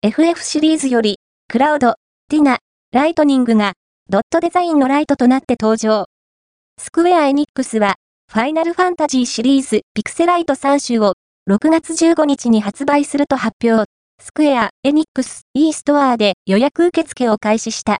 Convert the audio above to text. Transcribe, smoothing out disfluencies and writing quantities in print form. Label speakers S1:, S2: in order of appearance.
S1: FF シリーズより、クラウド、ティナ、ライトニングが、ドットデザインのライトとなって登場。スクウェア・エニックスは、ファイナルファンタジーシリーズピクセライト3種を6月15日に発売すると発表。スクウェア・エニックス E ストアで予約受付を開始した。